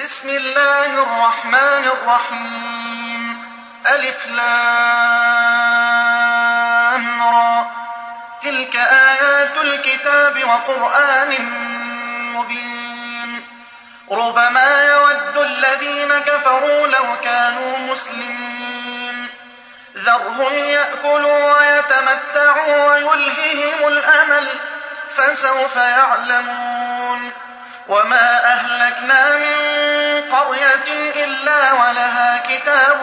بسم الله الرحمن الرحيم. ألف لام را. تلك آيات الكتاب وقرآن مبين. ربما يود الذين كفروا لو كانوا مسلمين. ذرهم يأكلوا ويتمتعوا ويلههم الأمل فسوف يعلمون. وما أهلكنا من قرية إلا ولها كتاب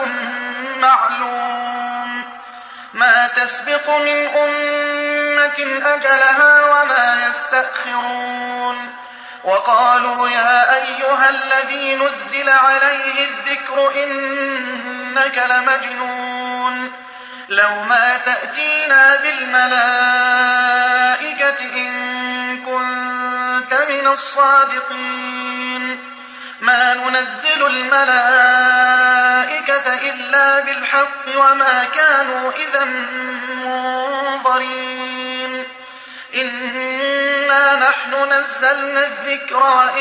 معلوم ما تسبق من أمة أجلها وما يستأخرون. وقالوا يا أيها الذي نزل عليه الذكر إنك لمجنون لو ما تأتينا بالملائكة إن كنت من الصادقين. ما ننزل الملائكة إلا بالحق وما كانوا إذا منظرين. إنا نحن نزلنا الذكر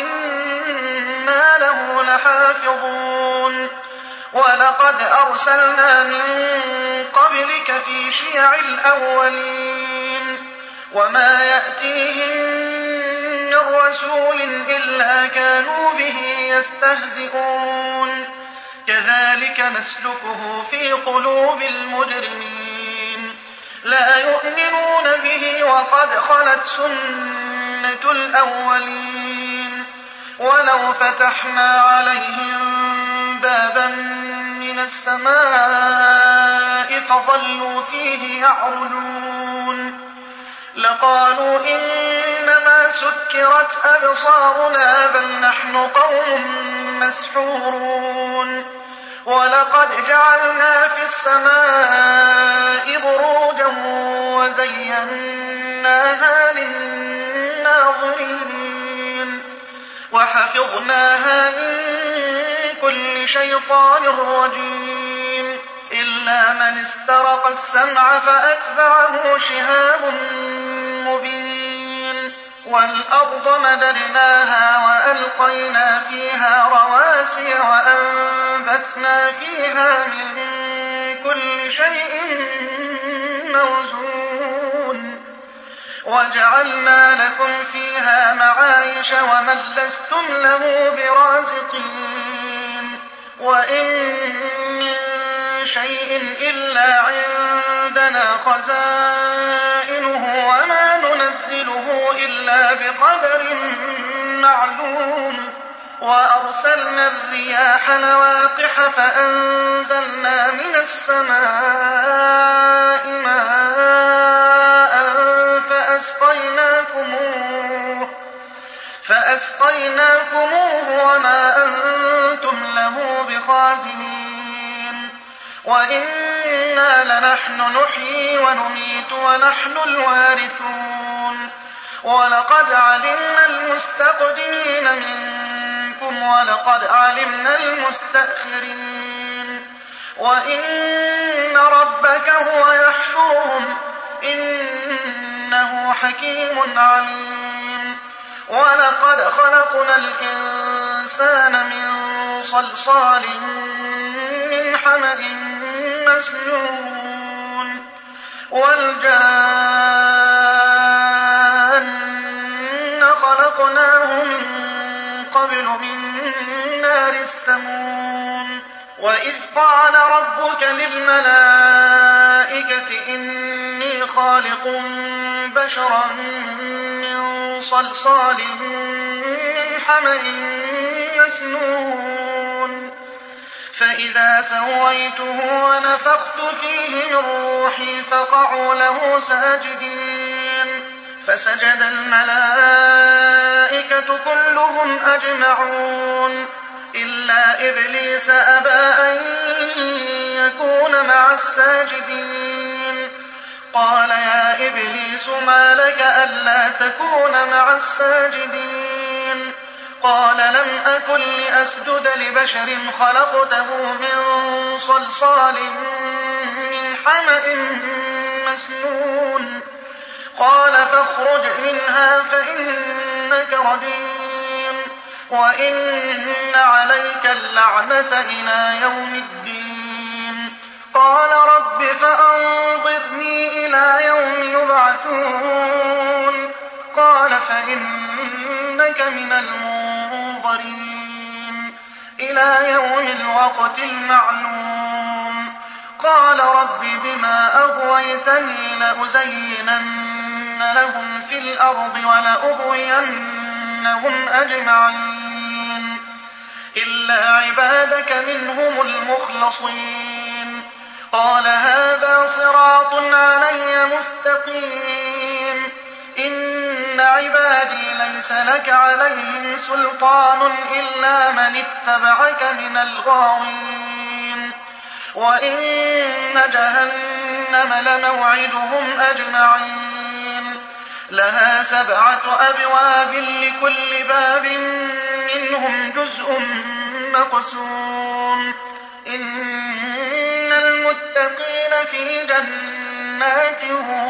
وإنا له لحافظون. ولقد أرسلنا من قبلك في شيع الأولين وما يأتيهم من رسول إلا كانوا به يستهزئون. كذلك نسلكه في قلوب المجرمين لا يؤمنون به وقد خلت سنة الأولين. ولو فتحنا عليهم بابا من السماء فظلوا فيه يعرجون لقالوا إنما سكرت أبصارنا بل نحن قوم مسحورون. ولقد جعلنا في السماء بروجا وزيناها للناظرين وحفظناها من كل شيطان رجيم إلا من استرق السمع فأتبعه شهاب مبين. والأرض مددناها وألقينا فيها رواسي وأنبتنا فيها من كل شيء موزون وجعلنا لكم فيها معايش ومن لستم له برازقين. وإن من شيء إلا عندنا خزائنه وما ننزله إلا بقدر معلوم. وأرسلنا الرياح لواقح فأنزلنا من السماء ماء فأسقيناكموه وما أنتم له بخازنين. وإنا لنحن نحيي ونميت ونحن الوارثون. ولقد علمنا المستقدمين منكم ولقد علمنا المستأخرين. وإن ربك هو يحشرهم إنه حكيم عليم. ولقد خلقنا الإنسان من صلصال من حمأ مسنون. والجان خلقناه من قبل من نار السموم. وإذ قال ربك للملائكة إني خالق بشرا من صلصال من حمأ مسنون. فإذا سويته ونفخت فيه من روحي فقعوا له ساجدين. فسجد الملائكة كلهم أجمعون إلا إبليس أبى أن يكون مع الساجدين. قال يا إبليس ما لك ألا تكون مع الساجدين؟ قال لم أكن لأسجد لبشر خلقته من صلصال من حمأ مسنون. قال فاخرج منها فإنك رجيم وإن عليك عليك اللعنة إلى يوم الدين. قال رب فأنظرني إلى يوم يبعثون. قال فإنك من المنظرين إلى يوم الوقت المعلوم. قال رب بما أغويتني لأزينن لهم في الأرض ولأغوينهم أجمعين إلا عبادك منهم المخلصين. قال هذا صراط علي مستقيم. إن عبادي ليس لك عليهم سلطان إلا من اتبعك من الغاوين. وإن جهنم لموعدهم أجمعين لها 7 أبواب لكل باب منهم جزء مقسوم. إن المتقين في جنات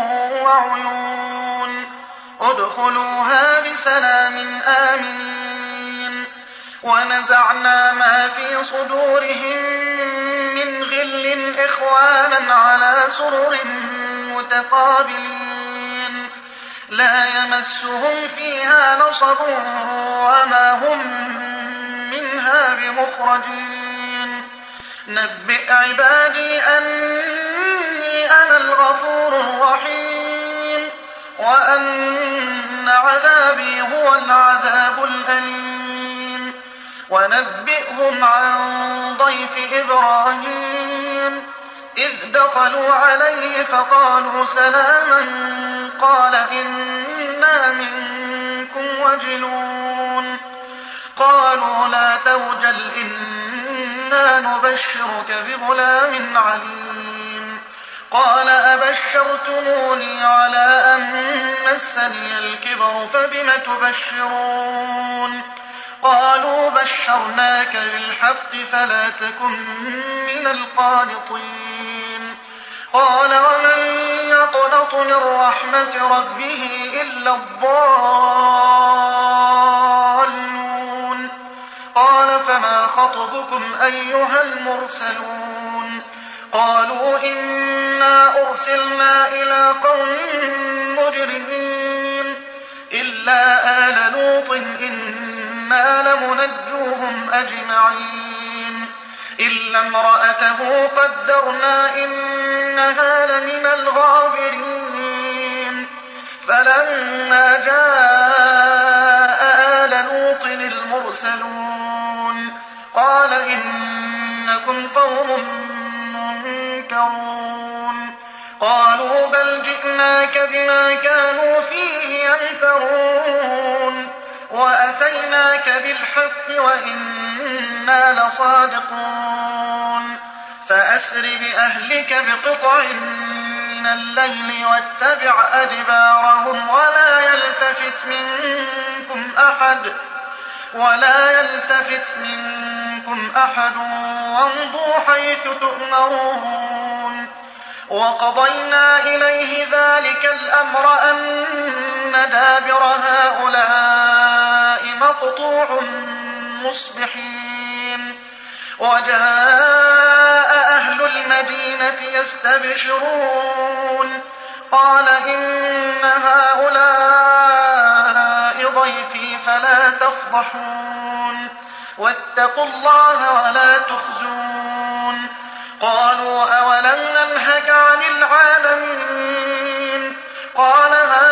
وعيون ادخلوها بسلام آمنين. ونزعنا ما في صدورهم من غل إخوانا على سرر متقابلين لا يمسهم فيها نصب وما هم منها بمخرجين. نبئ عبادي أني أنا الغفور الرحيم وأن عذابي هو العذاب الأليم. ونبئهم عن ضيف إبراهيم إذ دخلوا عليه فقالوا سلاما قال إنا منكم وجلون. قالوا لا توجل إنا نبشرك بغلام عليم. قال أبشرتموني على أن مسني الكبر فبم تبشرون. قالوا بشرناك بالحق فلا تكن من القانطين. قال ومن يقنط من رحمة ربه إلا الضالون. قال فما خطبكم أيها المرسلون. قالوا إنا أرسلنا إلى قوم مجرمين إلا آل لوط إنا لمنجوهم أجمعين إلا امرأته قدرنا إنها لمن الغابرين. فلما جاء آل لوط المرسلون قال إنكم قوم منكرون. قالوا بل جئناك بما كانوا فيه يمترون وأتيناك بالحق وإنا لصادقون. فأسر بأهلك بقطع من الليل واتبع أدبارهم ولا يلتفت منكم أحد وامضوا حيث تؤمرون. وقضينا إليه ذلك الأمر أن دابر هؤلاء مقطوع مصبحين. وجاء أهل المدينة يستبشرون قال إن هؤلاء ضيفي فلا تفضحون واتقوا الله ولا تخزون. قالوا أولم ننهك عن العالمين. قال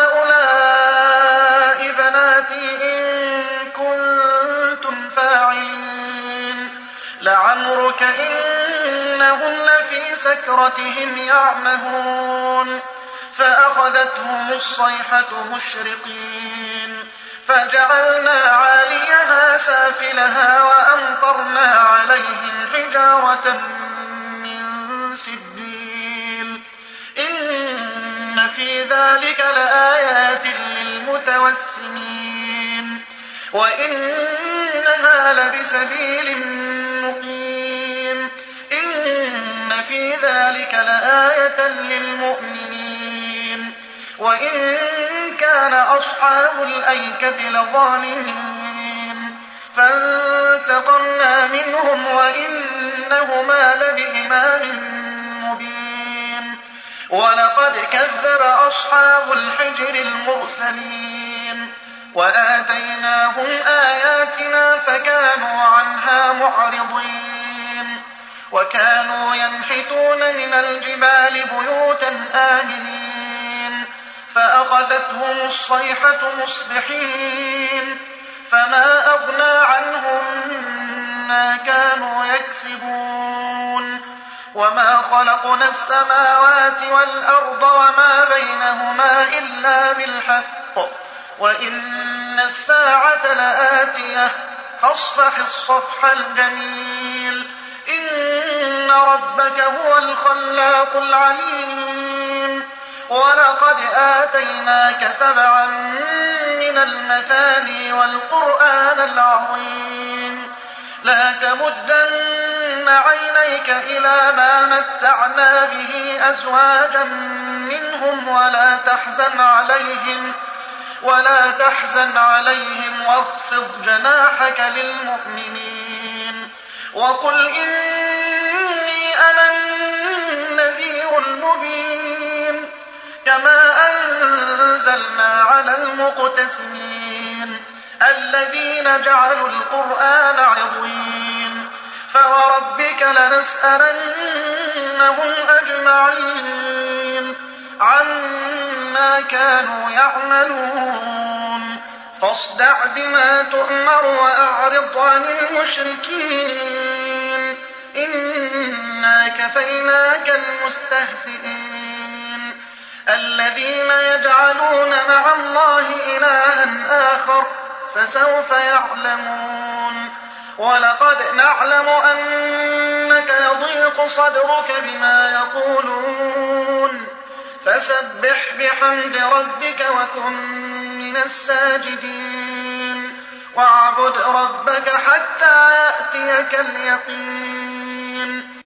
هؤلاء بناتي إن كنتم فاعلين. لعمرك إنهم لفي سكرتهم يعمهون. فأخذتهم الصيحة مشرقين فجعلنا عاليها سافلها وأمطرنا عليهم حجارة من سجيل. إن في ذلك لآيات للمتوسمين وإنها لبسبيل مقيم. إن في ذلك لآية للمؤمنين وإن كان أصحاب الأيكة لظالمين. فانتقمنا منهم وإنهما لبإمام مبين ولقد كذب أصحاب الحجر المرسلين وآتيناهم آياتنا فكانوا عنها معرضين وكانوا ينحتون من الجبال بيوتا آمنين فأخذتهم الصيحة مصبحين فما أغنى عنهم ما كانوا يكسبون وما خلقنا السماوات والأرض وما بينهما إلا بالحق وإن الساعة لآتية فاصفح الصفح الجميل إن ربك هو الخلاق العليم ولقد آتيناك 7 من المثاني والقرآن العظيم لا تمدن عينيك إلى ما متعنا به أزواجا منهم ولا تحزن عليهم واخفض جناحك للمؤمنين وقل إني أنا النذير المبين كما أنزلنا على المقتسمين الذين جعلوا القرآن عضين فوربك لنسألنهم أجمعين عما كانوا يعملون فاصدع بما تؤمر وأعرض عن المشركين إنا كفيناك المستهزئين الذين يجعلون مع الله إلها آخر فسوف يعلمون ولقد نعلم أنك يضيق صدرك بما يقولون فسبح بحمد ربك وكن من الساجدين واعبد ربك حتى يأتيك اليقين